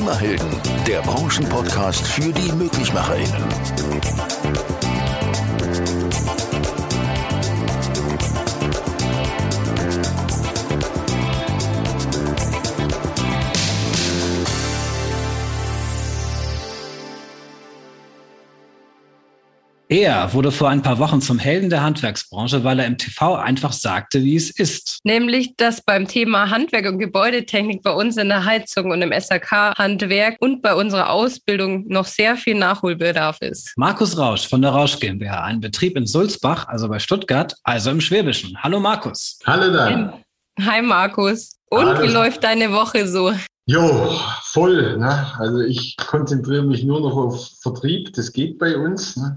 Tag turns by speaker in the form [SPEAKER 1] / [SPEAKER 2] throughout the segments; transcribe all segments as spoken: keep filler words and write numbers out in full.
[SPEAKER 1] Klimahelden, der Branchenpodcast für die MöglichmacherInnen.
[SPEAKER 2] Er wurde vor ein paar Wochen zum Helden der Handwerksbranche, weil er im T V einfach sagte, wie es ist.
[SPEAKER 3] Nämlich, dass beim Thema Handwerk und Gebäudetechnik bei uns in der Heizung und im S H K-Handwerk und bei unserer Ausbildung noch sehr viel Nachholbedarf ist.
[SPEAKER 2] Markus Rausch von der Rausch GmbH, ein Betrieb in Sulzbach, also bei Stuttgart, also im Schwäbischen. Hallo Markus.
[SPEAKER 4] Hallo da.
[SPEAKER 3] Hi Markus. Und
[SPEAKER 4] Hallo.
[SPEAKER 3] Wie läuft deine Woche so?
[SPEAKER 4] Jo, voll. Ne? Also ich konzentriere mich nur noch auf Vertrieb, das geht bei uns. Ne?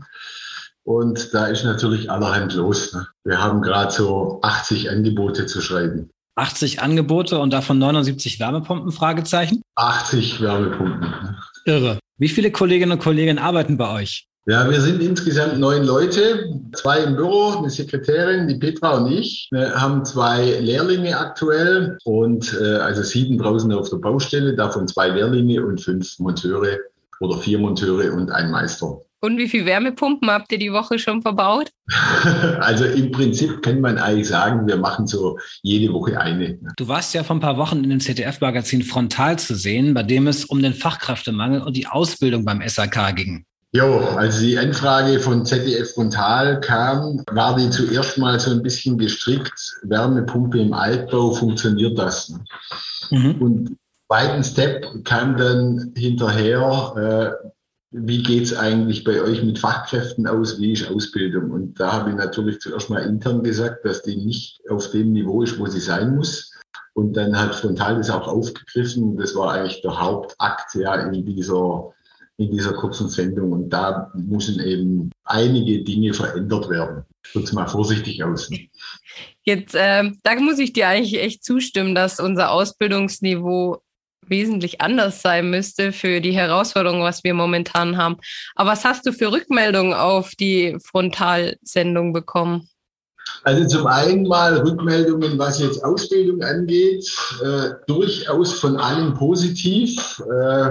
[SPEAKER 4] Und da ist natürlich allerhand los. Ne? Wir haben gerade so achtzig Angebote zu schreiben.
[SPEAKER 2] achtzig Angebote und davon neunundsiebzig Wärmepumpen, Fragezeichen?
[SPEAKER 4] achtzig Wärmepumpen. Ne?
[SPEAKER 2] Irre. Wie viele Kolleginnen und Kollegen arbeiten bei euch?
[SPEAKER 4] Ja, wir sind insgesamt neun Leute, zwei im Büro, eine Sekretärin, die Petra und ich. Wir haben zwei Lehrlinge aktuell und äh, also sieben draußen auf der Baustelle, davon zwei Lehrlinge und fünf Monteure oder vier Monteure und ein Meister.
[SPEAKER 3] Und wie viele Wärmepumpen habt ihr die Woche schon verbaut?
[SPEAKER 4] Also im Prinzip kann man eigentlich sagen, wir machen so jede Woche eine.
[SPEAKER 2] Du warst ja vor ein paar Wochen in dem Z D F-Magazin Frontal zu sehen, bei dem es um den Fachkräftemangel und die Ausbildung beim S H K ging.
[SPEAKER 4] Jo, als die Anfrage von Z D F Frontal kam, war die zuerst mal so ein bisschen gestrickt. Wärmepumpe im Altbau, funktioniert das? Mhm. Und im zweiten Step kam dann hinterher, äh, wie geht's eigentlich bei euch mit Fachkräften aus? Wie ist Ausbildung? Und da habe ich natürlich zuerst mal intern gesagt, dass die nicht auf dem Niveau ist, wo sie sein muss. Und dann hat Frontal das auch aufgegriffen. Das war eigentlich der Hauptakt ja in dieser, in dieser kurzen Sendung. Und da müssen eben einige Dinge verändert werden. Ich drücke es mal vorsichtig aus.
[SPEAKER 3] Jetzt, äh, da muss ich dir eigentlich echt zustimmen, dass unser Ausbildungsniveau wesentlich anders sein müsste für die Herausforderungen, was wir momentan haben. Aber was hast du für Rückmeldungen auf die Frontalsendung bekommen?
[SPEAKER 4] Also zum einen mal Rückmeldungen, was jetzt Ausbildung angeht, äh, durchaus von allen positiv äh,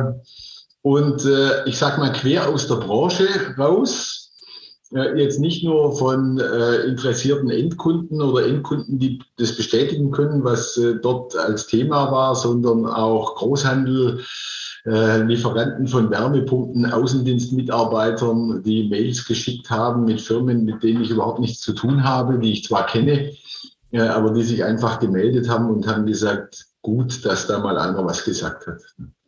[SPEAKER 4] und äh, ich sag mal quer aus der Branche raus. Jetzt nicht nur von äh, interessierten Endkunden oder Endkunden, die das bestätigen können, was äh, dort als Thema war, sondern auch Großhandel, äh, Lieferanten von Wärmepumpen, Außendienstmitarbeitern, die Mails geschickt haben mit Firmen, mit denen ich überhaupt nichts zu tun habe, die ich zwar kenne, äh, aber die sich einfach gemeldet haben und haben gesagt, gut, dass da mal einer was gesagt hat.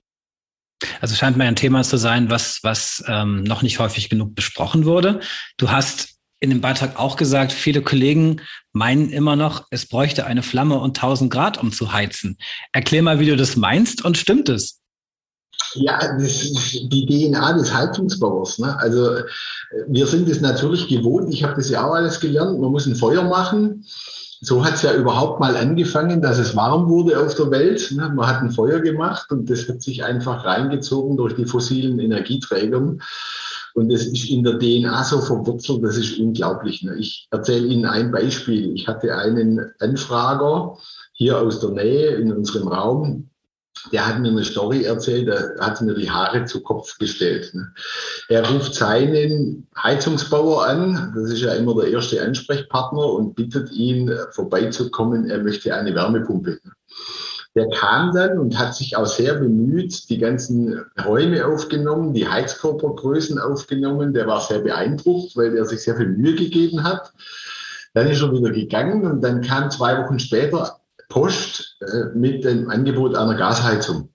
[SPEAKER 2] Also scheint mir ein Thema zu sein, was, was ähm, noch nicht häufig genug besprochen wurde. Du hast in dem Beitrag auch gesagt, viele Kollegen meinen immer noch, es bräuchte eine Flamme und tausend Grad, um zu heizen. Erklär mal, wie du das meinst und stimmt es?
[SPEAKER 4] Ja, das ist die D N A des Heizungsbauers. Ne? Also wir sind es natürlich gewohnt, ich habe das ja auch alles gelernt, man muss ein Feuer machen. So hat es ja überhaupt mal angefangen, dass es warm wurde auf der Welt. Man hat ein Feuer gemacht und das hat sich einfach reingezogen durch die fossilen Energieträger. Und das ist in der D N A so verwurzelt, das ist unglaublich. Ich erzähle Ihnen ein Beispiel. Ich hatte einen Anfrager hier aus der Nähe in unserem Raum. Der hat mir eine Story erzählt, da hat mir die Haare zu Kopf gestellt. Er ruft seinen Heizungsbauer an, das ist ja immer der erste Ansprechpartner, und bittet ihn, vorbeizukommen, er möchte eine Wärmepumpe. Der kam dann und hat sich auch sehr bemüht, die ganzen Räume aufgenommen, die Heizkörpergrößen aufgenommen. Der war sehr beeindruckt, weil er sich sehr viel Mühe gegeben hat. Dann ist er wieder gegangen und dann kam zwei Wochen später Post äh, mit dem Angebot einer Gasheizung.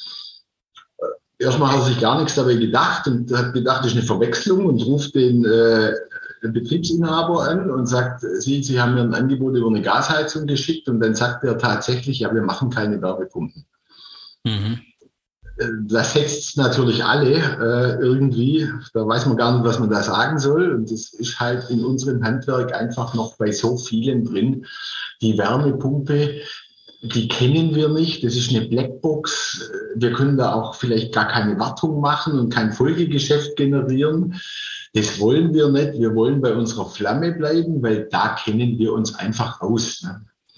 [SPEAKER 4] Erstmal hat er sich gar nichts dabei gedacht und hat gedacht, das ist eine Verwechslung und ruft den, äh, den Betriebsinhaber an und sagt, Sie, Sie haben mir ein Angebot über eine Gasheizung geschickt, und dann sagt er tatsächlich, ja, wir machen keine Wärmepumpen. Mhm. Das setzt natürlich alle äh, irgendwie, da weiß man gar nicht, was man da sagen soll, und das ist halt in unserem Handwerk einfach noch bei so vielen drin. Die Wärmepumpe, die kennen wir nicht, das ist eine Blackbox. Wir können da auch vielleicht gar keine Wartung machen und kein Folgegeschäft generieren. Das wollen wir nicht. Wir wollen bei unserer Flamme bleiben, weil da kennen wir uns einfach aus. Ne?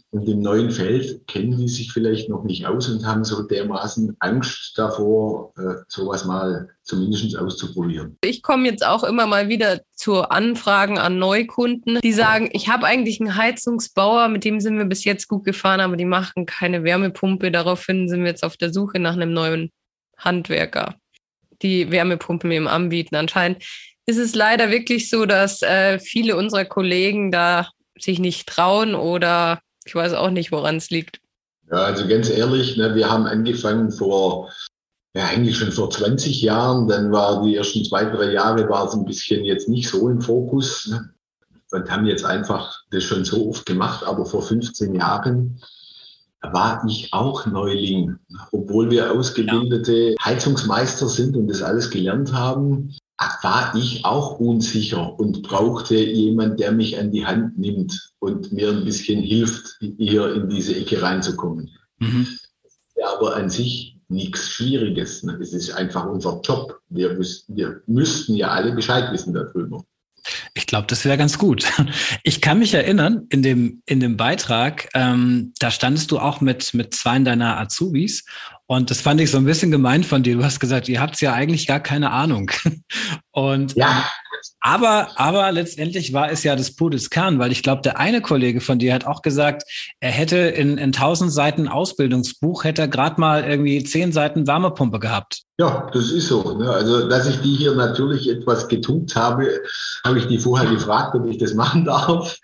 [SPEAKER 4] Und im neuen Feld kennen die sich vielleicht noch nicht aus und haben so dermaßen Angst davor, äh, sowas mal zumindest auszuprobieren.
[SPEAKER 3] Ich komme jetzt auch immer mal wieder zu Anfragen an Neukunden, die sagen, ich habe eigentlich einen Heizungsbauer, mit dem sind wir bis jetzt gut gefahren, aber die machen keine Wärmepumpe. Daraufhin sind wir jetzt auf der Suche nach einem neuen Handwerker, die Wärmepumpen eben anbieten. Anscheinend ist es leider wirklich so, dass äh, viele unserer Kollegen da sich nicht trauen oder ich weiß auch nicht, woran es liegt.
[SPEAKER 4] Ja, also ganz ehrlich, ne, wir haben angefangen vor, ja eigentlich schon vor zwanzig Jahren, dann war die ersten zwei, drei Jahre war es ein bisschen jetzt nicht so im Fokus, ne, und haben jetzt einfach das schon so oft gemacht, aber vor fünfzehn Jahren war ich auch Neuling, obwohl wir ausgebildete Heizungsmeister sind und das alles gelernt haben. War ich auch unsicher und brauchte jemand, der mich an die Hand nimmt und mir ein bisschen hilft, hier in diese Ecke reinzukommen. Mhm. Ja, aber an sich nichts Schwieriges. Ne? Es ist einfach unser Job. Wir, müssten, wir müssten ja alle Bescheid wissen darüber.
[SPEAKER 2] Ich glaube, das wäre ganz gut. Ich kann mich erinnern, in dem, in dem Beitrag, ähm, da standest du auch mit, mit zwei deiner Azubis. Und das fand ich so ein bisschen gemein von dir. Du hast gesagt, ihr habt ja eigentlich gar keine Ahnung. Und
[SPEAKER 4] ja.
[SPEAKER 2] Aber, aber letztendlich war es ja des Pudels Kern, weil ich glaube, der eine Kollege von dir hat auch gesagt, er hätte in, in tausend Seiten Ausbildungsbuch, hätte er gerade mal irgendwie zehn Seiten Wärmepumpe gehabt.
[SPEAKER 4] Ja, das ist so. Ne? Also, dass ich die hier natürlich etwas getunkt habe, habe ich die vorher gefragt, ob ich das machen darf.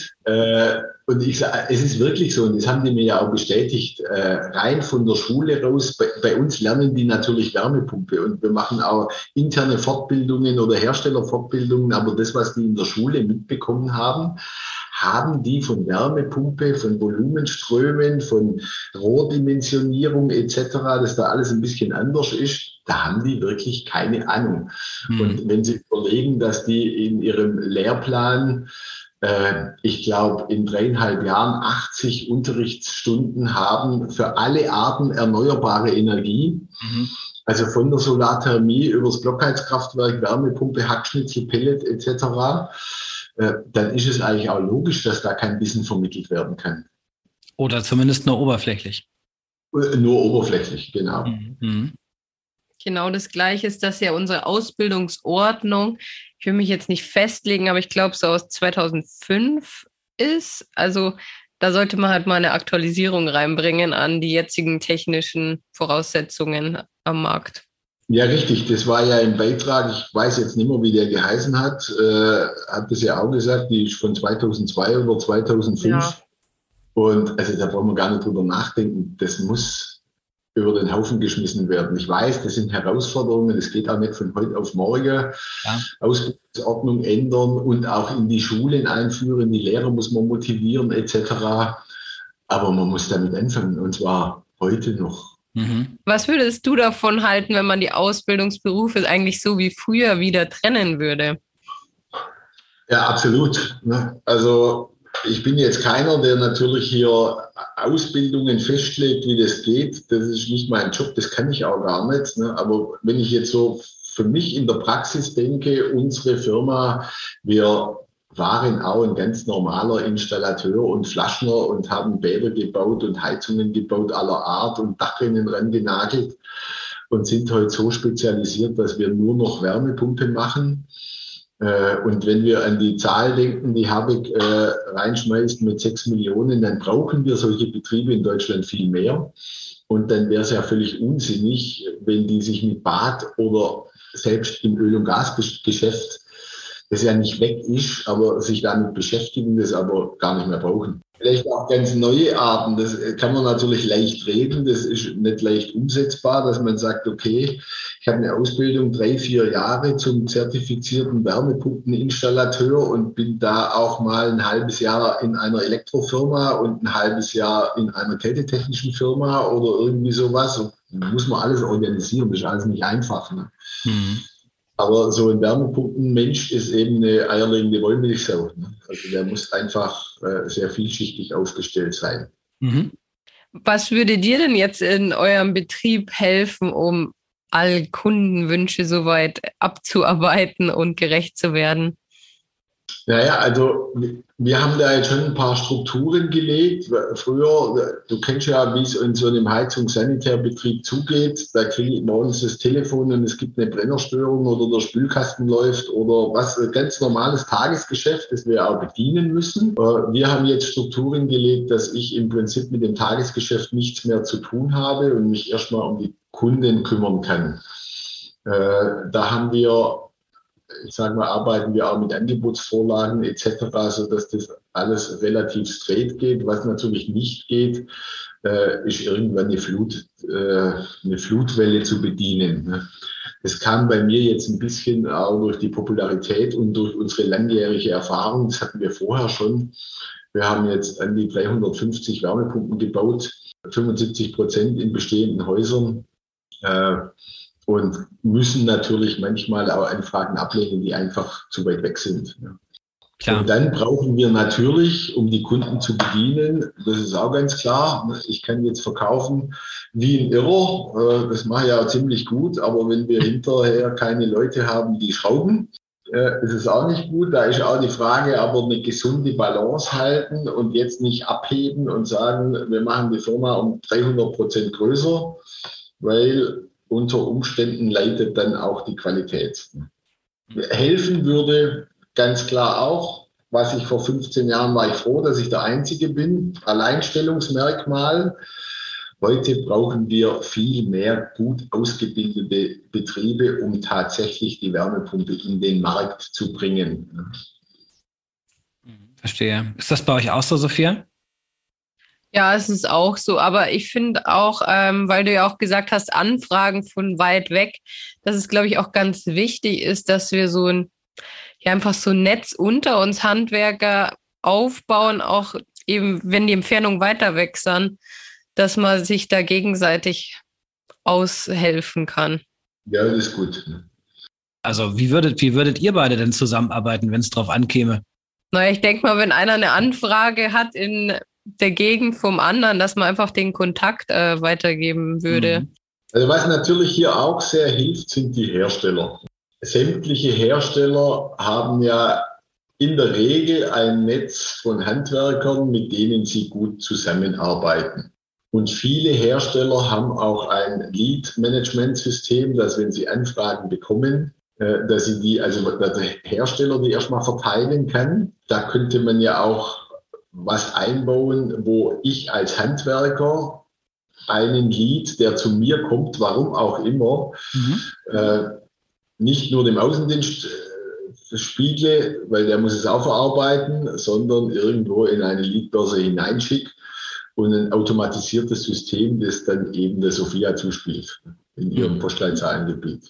[SPEAKER 4] äh, und ich sage, es ist wirklich so, und das haben die mir ja auch bestätigt, äh, rein von der Schule raus, bei, bei uns lernen die natürlich Wärmepumpe und wir machen auch interne Fortbildungen oder Herstellerfortbildungen, aber das, was die in der Schule mitbekommen haben, haben die von Wärmepumpe, von Volumenströmen, von Rohrdimensionierung et cetera, dass da alles ein bisschen anders ist, da haben die wirklich keine Ahnung. Mhm. Und wenn Sie überlegen, dass die in ihrem Lehrplan, äh, ich glaube, in dreieinhalb Jahren achtzig Unterrichtsstunden haben für alle Arten erneuerbare Energie, mhm. also von der Solarthermie über das Blockheizkraftwerk, Wärmepumpe, Hackschnitzel, Pellet et cetera, dann ist es eigentlich auch logisch, dass da kein Wissen vermittelt werden kann.
[SPEAKER 2] Oder zumindest nur oberflächlich.
[SPEAKER 4] Nur oberflächlich, genau.
[SPEAKER 2] Mhm.
[SPEAKER 3] Genau das Gleiche ist das ja unsere Ausbildungsordnung. Ich will mich jetzt nicht festlegen, aber ich glaube, so aus zweitausendfünf ist. Also da sollte man halt mal eine Aktualisierung reinbringen an die jetzigen technischen Voraussetzungen am Markt.
[SPEAKER 4] Ja, richtig. Das war ja im Beitrag, ich weiß jetzt nicht mehr, wie der geheißen hat, äh, hat das ja auch gesagt, die ist von zweitausendzwei oder zweitausendfünf. Ja. Und also da brauchen wir gar nicht drüber nachdenken. Das muss über den Haufen geschmissen werden. Ich weiß, das sind Herausforderungen. Das geht auch nicht von heute auf morgen. Ja. Ausbildungsordnung ändern und auch in die Schulen einführen. Die Lehrer muss man motivieren et cetera. Aber man muss damit anfangen und zwar heute noch.
[SPEAKER 3] Was würdest du davon halten, wenn man die Ausbildungsberufe eigentlich so wie früher wieder trennen würde?
[SPEAKER 4] Ja, absolut. Also ich bin jetzt keiner, der natürlich hier Ausbildungen festlegt, wie das geht. Das ist nicht mein Job, das kann ich auch gar nicht. Aber wenn ich jetzt so für mich in der Praxis denke, unsere Firma, wir waren auch ein ganz normaler Installateur und Flaschner und haben Bäder gebaut und Heizungen gebaut aller Art und Dachrinnen rangenagelt und sind heute so spezialisiert, dass wir nur noch Wärmepumpe machen. Und wenn wir an die Zahl denken, die Habeck reinschmeißt mit sechs Millionen, dann brauchen wir solche Betriebe in Deutschland viel mehr. Und dann wäre es ja völlig unsinnig, wenn die sich mit Bad oder selbst im Öl- und Gasgeschäft, das ja nicht weg ist, aber sich damit beschäftigen, das aber gar nicht mehr brauchen. Vielleicht auch ganz neue Arten, das kann man natürlich leicht reden, das ist nicht leicht umsetzbar, dass man sagt, okay, ich habe eine Ausbildung drei, vier Jahre zum zertifizierten Wärmepumpeninstallateur und bin da auch mal ein halbes Jahr in einer Elektrofirma und ein halbes Jahr in einer kältetechnischen Firma oder irgendwie sowas. Und muss man alles organisieren, das ist alles nicht einfach. Ne? Mhm. Aber so ein Wärmepumpenmensch ist eben eine eierlegende Wollmilchsau. Ne? Also der muss einfach äh, sehr vielschichtig aufgestellt sein.
[SPEAKER 3] Mhm. Was würde dir denn jetzt in eurem Betrieb helfen, um alle Kundenwünsche soweit abzuarbeiten und gerecht zu werden?
[SPEAKER 4] Naja, also wir haben da jetzt schon ein paar Strukturen gelegt. Früher, du kennst ja, wie es in so einem Heizungs-Sanitärbetrieb zugeht. Da kriegt man uns das Telefon und es gibt eine Brennerstörung oder der Spülkasten läuft oder was, ein ganz normales Tagesgeschäft, das wir auch bedienen müssen. Wir haben jetzt Strukturen gelegt, dass ich im Prinzip mit dem Tagesgeschäft nichts mehr zu tun habe und mich erstmal um die Kunden kümmern kann. Da haben wir Ich sage mal, arbeiten wir auch mit Angebotsvorlagen et cetera, sodass das alles relativ straight geht. Was natürlich nicht geht, äh, ist irgendwann eine, Flut, äh, eine Flutwelle zu bedienen. Das kam bei mir jetzt ein bisschen auch durch die Popularität und durch unsere langjährige Erfahrung. Das hatten wir vorher schon. Wir haben jetzt an die dreihundertfünfzig Wärmepumpen gebaut, fünfundsiebzig Prozent in bestehenden Häusern. Äh, Und müssen natürlich manchmal auch Anfragen ablehnen, die einfach zu weit weg sind. Klar. Und dann brauchen wir natürlich, um die Kunden zu bedienen, das ist auch ganz klar, ich kann jetzt verkaufen wie ein Irrer, das mache ich ja ziemlich gut, aber wenn wir hinterher keine Leute haben, die schrauben, ist es auch nicht gut. Da ist auch die Frage, aber eine gesunde Balance halten und jetzt nicht abheben und sagen, wir machen die Firma um dreihundert Prozent größer, weil unter Umständen leidet dann auch die Qualität. Helfen würde ganz klar auch, was ich vor fünfzehn Jahren war ich froh, dass ich der Einzige bin, Alleinstellungsmerkmal. Heute brauchen wir viel mehr gut ausgebildete Betriebe, um tatsächlich die Wärmepumpe in den Markt zu bringen.
[SPEAKER 2] Verstehe. Ist das bei euch auch so, Sophia?
[SPEAKER 3] Ja, es ist auch so, aber ich finde auch, ähm, weil du ja auch gesagt hast, Anfragen von weit weg, dass es, glaube ich, auch ganz wichtig ist, dass wir so ein, ja, einfach so ein Netz unter uns Handwerker aufbauen, auch eben, wenn die Entfernung weiter weg sind, dass man sich da gegenseitig aushelfen kann.
[SPEAKER 4] Ja, das ist gut.
[SPEAKER 2] Also wie würdet, wie würdet ihr beide denn zusammenarbeiten, wenn es drauf ankäme?
[SPEAKER 3] Naja, ich denke mal, wenn einer eine Anfrage hat in der Gegend vom anderen, dass man einfach den Kontakt äh, weitergeben würde.
[SPEAKER 4] Also was natürlich hier auch sehr hilft, sind die Hersteller. Sämtliche Hersteller haben ja in der Regel ein Netz von Handwerkern, mit denen sie gut zusammenarbeiten. Und viele Hersteller haben auch ein Lead-Management-System, dass wenn sie Anfragen bekommen, äh, dass sie die, also der Hersteller die erstmal verteilen kann. Da könnte man ja auch was einbauen, wo ich als Handwerker einen Lead, der zu mir kommt, warum auch immer, mhm. äh, nicht nur dem Außendienst äh, spiegle, weil der muss es auch verarbeiten, sondern irgendwo in eine Leadbörse hineinschicke und ein automatisiertes System, das dann eben der Sophia zuspielt in ihrem Postleitzahlengebiet.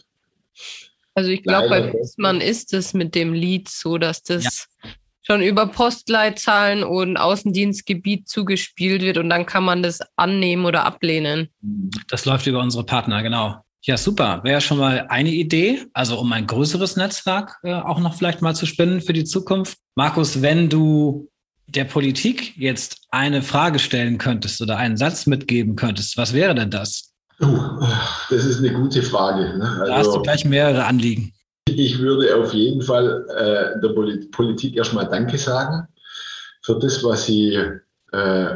[SPEAKER 3] Also ich glaube, bei Wissmann ist es mit dem Lead so, dass das ja. schon über Postleitzahlen und Außendienstgebiet zugespielt wird und dann kann man das annehmen oder ablehnen.
[SPEAKER 2] Das läuft über unsere Partner, genau. Ja, super. Wäre schon mal eine Idee, also um ein größeres Netzwerk äh, auch noch vielleicht mal zu spinnen für die Zukunft. Markus, wenn du der Politik jetzt eine Frage stellen könntest oder einen Satz mitgeben könntest, was wäre denn das?
[SPEAKER 4] Oh, das ist eine gute Frage. Ne? Also,
[SPEAKER 2] da hast du gleich mehrere Anliegen.
[SPEAKER 4] Ich würde auf jeden Fall äh, der Polit- Politik erstmal Danke sagen für das, was sie äh,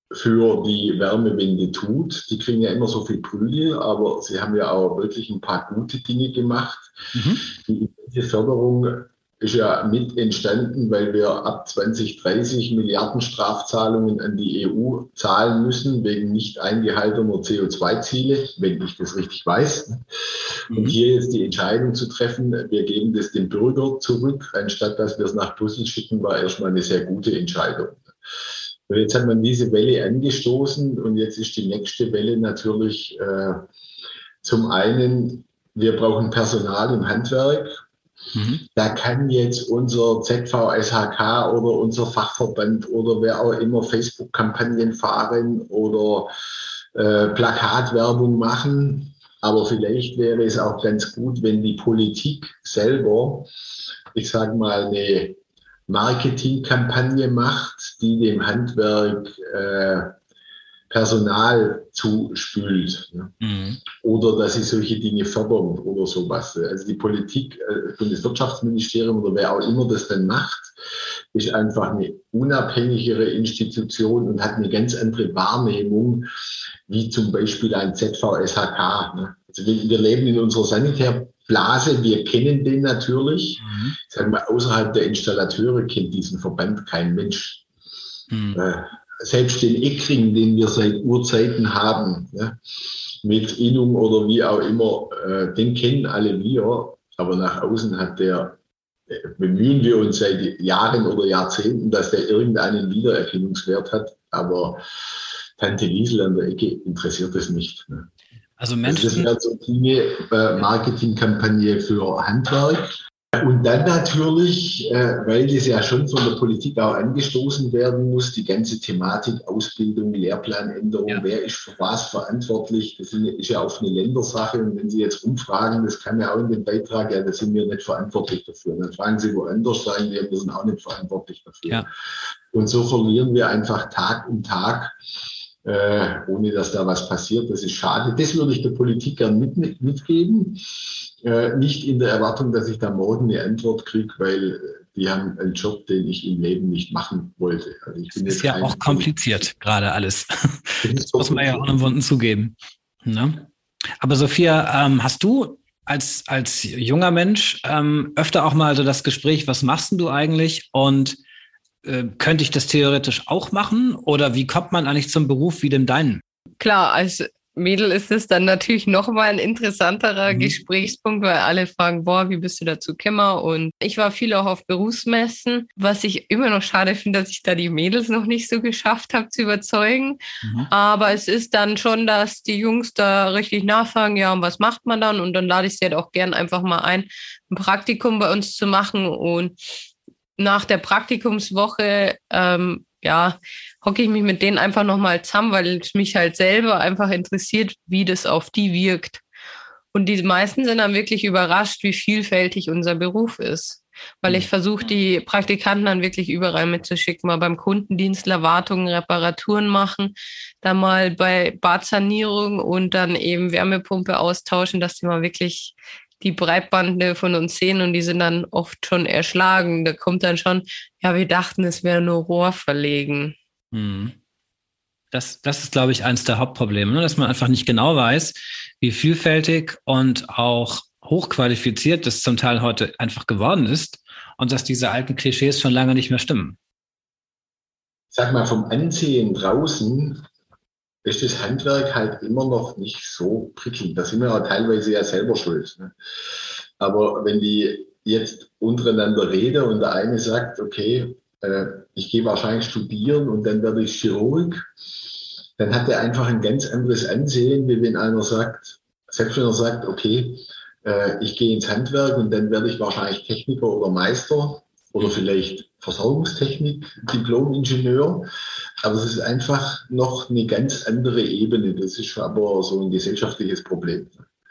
[SPEAKER 4] für die Wärmewende tut. Die kriegen ja immer so viel Prügel, aber sie haben ja auch wirklich ein paar gute Dinge gemacht. Mhm. Die, die Förderung ist ja mit entstanden, weil wir ab zwanzig dreißig Milliarden Strafzahlungen an die E U zahlen müssen, wegen nicht eingehaltener C O zwei Ziele, wenn ich das richtig weiß. Mhm. Und hier jetzt die Entscheidung zu treffen, wir geben das dem Bürger zurück, anstatt dass wir es nach Brüssel schicken, war erstmal eine sehr gute Entscheidung. Und jetzt hat man diese Welle angestoßen und jetzt ist die nächste Welle natürlich äh, zum einen, wir brauchen Personal im Handwerk. Mhm. Da kann jetzt unser Z V S H K oder unser Fachverband oder wer auch immer Facebook-Kampagnen fahren oder äh, Plakatwerbung machen. Aber vielleicht wäre es auch ganz gut, wenn die Politik selber, ich sage mal, eine Marketingkampagne macht, die dem Handwerk äh, Personal zuspült, ne? Mhm. Oder dass sie solche Dinge fördern oder sowas. Also die Politik, äh, Bundeswirtschaftsministerium oder wer auch immer das dann macht, ist einfach eine unabhängigere Institution und hat eine ganz andere Wahrnehmung, wie zum Beispiel ein Z V S H K. Ne? Also wir, wir leben in unserer Sanitärblase, wir kennen den natürlich. Mhm. Sagen wir, außerhalb der Installateure kennt diesen Verband kein Mensch. Mhm. Äh, selbst den Eckring, den wir seit Urzeiten haben, ja, mit Innung oder wie auch immer, äh, den kennen alle wir, aber nach außen hat der, äh, bemühen wir uns seit Jahren oder Jahrzehnten, dass der irgendeinen Wiedererkennungswert hat, aber Tante Liesel an der Ecke interessiert es nicht. Ne?
[SPEAKER 2] Also Menschen.
[SPEAKER 4] Also das wäre so eine äh, Marketingkampagne für Handwerk. Und dann natürlich, äh, weil das ja schon von der Politik auch angestoßen werden muss, die ganze Thematik Ausbildung, Lehrplanänderung, ja. Wer ist für was verantwortlich, das ist ja auch eine Ländersache. Und wenn Sie jetzt umfragen, das kam ja auch in dem Beitrag, ja, da sind wir nicht verantwortlich dafür. Dann fragen Sie woanders, sagen wir, wir sind auch nicht verantwortlich dafür. Ja. Und so verlieren wir einfach Tag um Tag, äh, ohne dass da was passiert. Das ist schade. Das würde ich der Politik gern mit, mit, mitgeben. Äh, nicht in der Erwartung, dass ich da morgen eine Antwort kriege, weil die haben einen Job, den ich im Leben nicht machen wollte. Also ich bin
[SPEAKER 2] das ist ja auch kompliziert, gerade alles. Das muss man ja auch unumwunden zugeben. Ne? Aber Sophia, ähm, hast du als, als junger Mensch ähm, öfter auch mal so das Gespräch, was machst denn du eigentlich? Und äh, könnte ich das theoretisch auch machen? Oder wie kommt man eigentlich zum Beruf wie dem deinen?
[SPEAKER 3] Klar, als Mädel ist es dann natürlich nochmal ein interessanterer mhm. Gesprächspunkt, weil alle fragen, boah, wie bist du dazu gekommen? Und ich war viel auch auf Berufsmessen, was ich immer noch schade finde, dass ich da die Mädels noch nicht so geschafft habe zu überzeugen. Mhm. Aber es ist dann schon, dass die Jungs da richtig nachfragen, ja, und was macht man dann? Und dann lade ich sie halt auch gern einfach mal ein, ein Praktikum bei uns zu machen. Und nach der Praktikumswoche, ähm, ja, hocke ich mich mit denen einfach nochmal zusammen, weil es mich halt selber einfach interessiert, wie das auf die wirkt. Und die meisten sind dann wirklich überrascht, wie vielfältig unser Beruf ist. Weil ich versuche, die Praktikanten dann wirklich überall mitzuschicken, mal beim Kundendienst Wartungen, Reparaturen machen, dann mal bei Badsanierung und dann eben Wärmepumpe austauschen, dass die mal wirklich die Breitbande von uns sehen und die sind dann oft schon erschlagen. Da kommt dann schon, ja, wir dachten, es wäre nur Rohr verlegen. Hm.
[SPEAKER 2] Das, das ist, glaube ich, eines der Hauptprobleme, ne? Dass man einfach nicht genau weiß, wie vielfältig und auch hochqualifiziert das zum Teil heute einfach geworden ist und dass diese alten Klischees schon lange nicht mehr stimmen.
[SPEAKER 4] Sag mal, vom Ansehen draußen ist das Handwerk halt immer noch nicht so prickelnd. Da sind wir auch teilweise ja selber schuld. Ne? Aber wenn die jetzt untereinander reden und der eine sagt, okay, äh, ich gehe wahrscheinlich studieren und dann werde ich Chirurg, dann hat er einfach ein ganz anderes Ansehen, wie wenn einer sagt, selbst wenn er sagt, okay, äh, ich gehe ins Handwerk und dann werde ich wahrscheinlich Techniker oder Meister oder vielleicht Versorgungstechnik, Diplom-Ingenieur. Aber es ist einfach noch eine ganz andere Ebene. Das ist aber so ein gesellschaftliches Problem.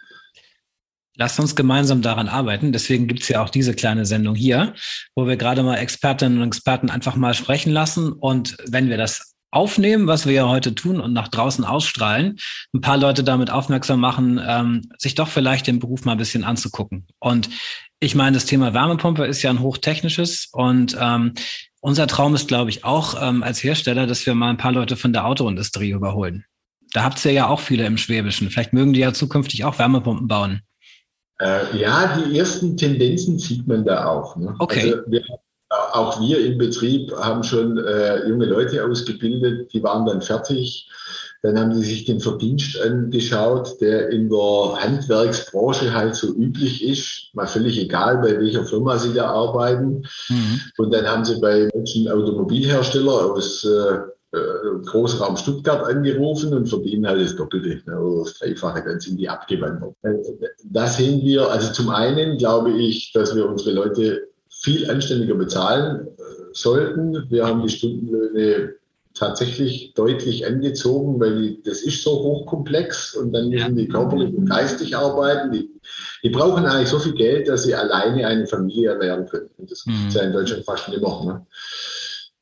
[SPEAKER 2] Lasst uns gemeinsam daran arbeiten. Deswegen gibt es ja auch diese kleine Sendung hier, wo wir gerade mal Expertinnen und Experten einfach mal sprechen lassen. Und wenn wir das aufnehmen, was wir ja heute tun und nach draußen ausstrahlen, ein paar Leute damit aufmerksam machen, ähm, sich doch vielleicht den Beruf mal ein bisschen anzugucken. Und ich meine, das Thema Wärmepumpe ist ja ein hochtechnisches und ähm, unser Traum ist, glaube ich, auch ähm, als Hersteller, dass wir mal ein paar Leute von der Autoindustrie überholen. Da habt ihr ja auch viele im Schwäbischen. Vielleicht mögen die ja zukünftig auch Wärmepumpen bauen.
[SPEAKER 4] Äh, ja, die ersten Tendenzen sieht man da auch. Ne?
[SPEAKER 2] Okay.
[SPEAKER 4] Also wir, auch wir im Betrieb haben schon äh, junge Leute ausgebildet, die waren dann fertig. Dann haben sie sich den Verdienst angeschaut, der in der Handwerksbranche halt so üblich ist. Mal völlig egal, bei welcher Firma sie da arbeiten. Mhm. Und dann haben sie bei manchen Automobilhersteller aus äh, Großraum Stuttgart angerufen und verdienen halt das Doppelte, ne, oder das Dreifache, dann sind die abgewandert. Da sehen wir, also zum einen glaube ich, dass wir unsere Leute viel anständiger bezahlen äh, sollten. Wir haben die Stundenlöhne tatsächlich deutlich angezogen, weil die, das ist so hochkomplex und dann müssen die körperlich und geistig arbeiten. Die, die brauchen eigentlich so viel Geld, dass sie alleine eine Familie ernähren können. Und das mhm. ist ja in Deutschland fast nimmer. Ne?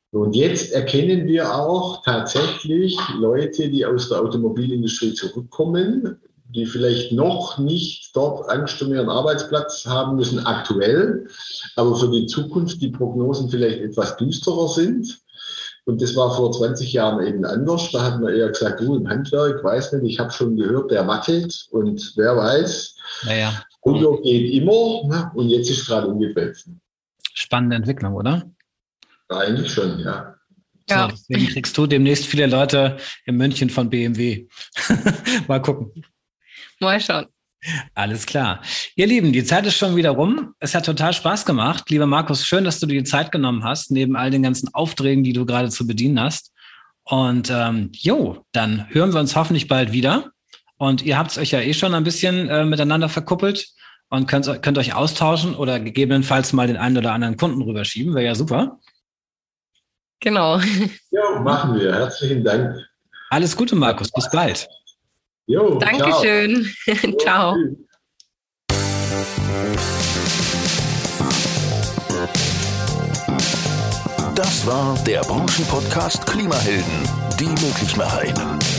[SPEAKER 4] Und jetzt erkennen wir auch tatsächlich Leute, die aus der Automobilindustrie zurückkommen, die vielleicht noch nicht dort Angst um ihren Arbeitsplatz haben müssen aktuell, aber für die Zukunft die Prognosen vielleicht etwas düsterer sind. Und das war vor zwanzig Jahren eben anders. Da hat man eher gesagt, du im Handwerk, weiß nicht, ich habe schon gehört, der wackelt und wer weiß.
[SPEAKER 2] Naja.
[SPEAKER 4] Auto geht immer, ne? Und jetzt ist gerade umgedreht.
[SPEAKER 2] Spannende Entwicklung, oder?
[SPEAKER 4] Eigentlich schon, ja.
[SPEAKER 2] So,
[SPEAKER 3] Ja.
[SPEAKER 2] deswegen kriegst du demnächst viele Leute in München von B M W. Mal gucken.
[SPEAKER 3] Mal schauen.
[SPEAKER 2] Alles klar. Ihr Lieben, die Zeit ist schon wieder rum. Es hat total Spaß gemacht. Lieber Markus, schön, dass du dir die Zeit genommen hast, neben all den ganzen Aufträgen, die du gerade zu bedienen hast. Und ähm, jo, dann hören wir uns hoffentlich bald wieder. Und ihr habt euch ja eh schon ein bisschen äh, miteinander verkuppelt und könnt, könnt euch austauschen oder gegebenenfalls mal den einen oder anderen Kunden rüberschieben. Wäre ja super.
[SPEAKER 3] Genau.
[SPEAKER 4] Ja, machen wir. Herzlichen Dank.
[SPEAKER 2] Alles Gute, Markus. Bis bald.
[SPEAKER 4] Jo,
[SPEAKER 3] Dankeschön. Ciao.
[SPEAKER 4] Ciao.
[SPEAKER 1] Das war der Branchenpodcast Klimahelden, die Möglichmacherinnen.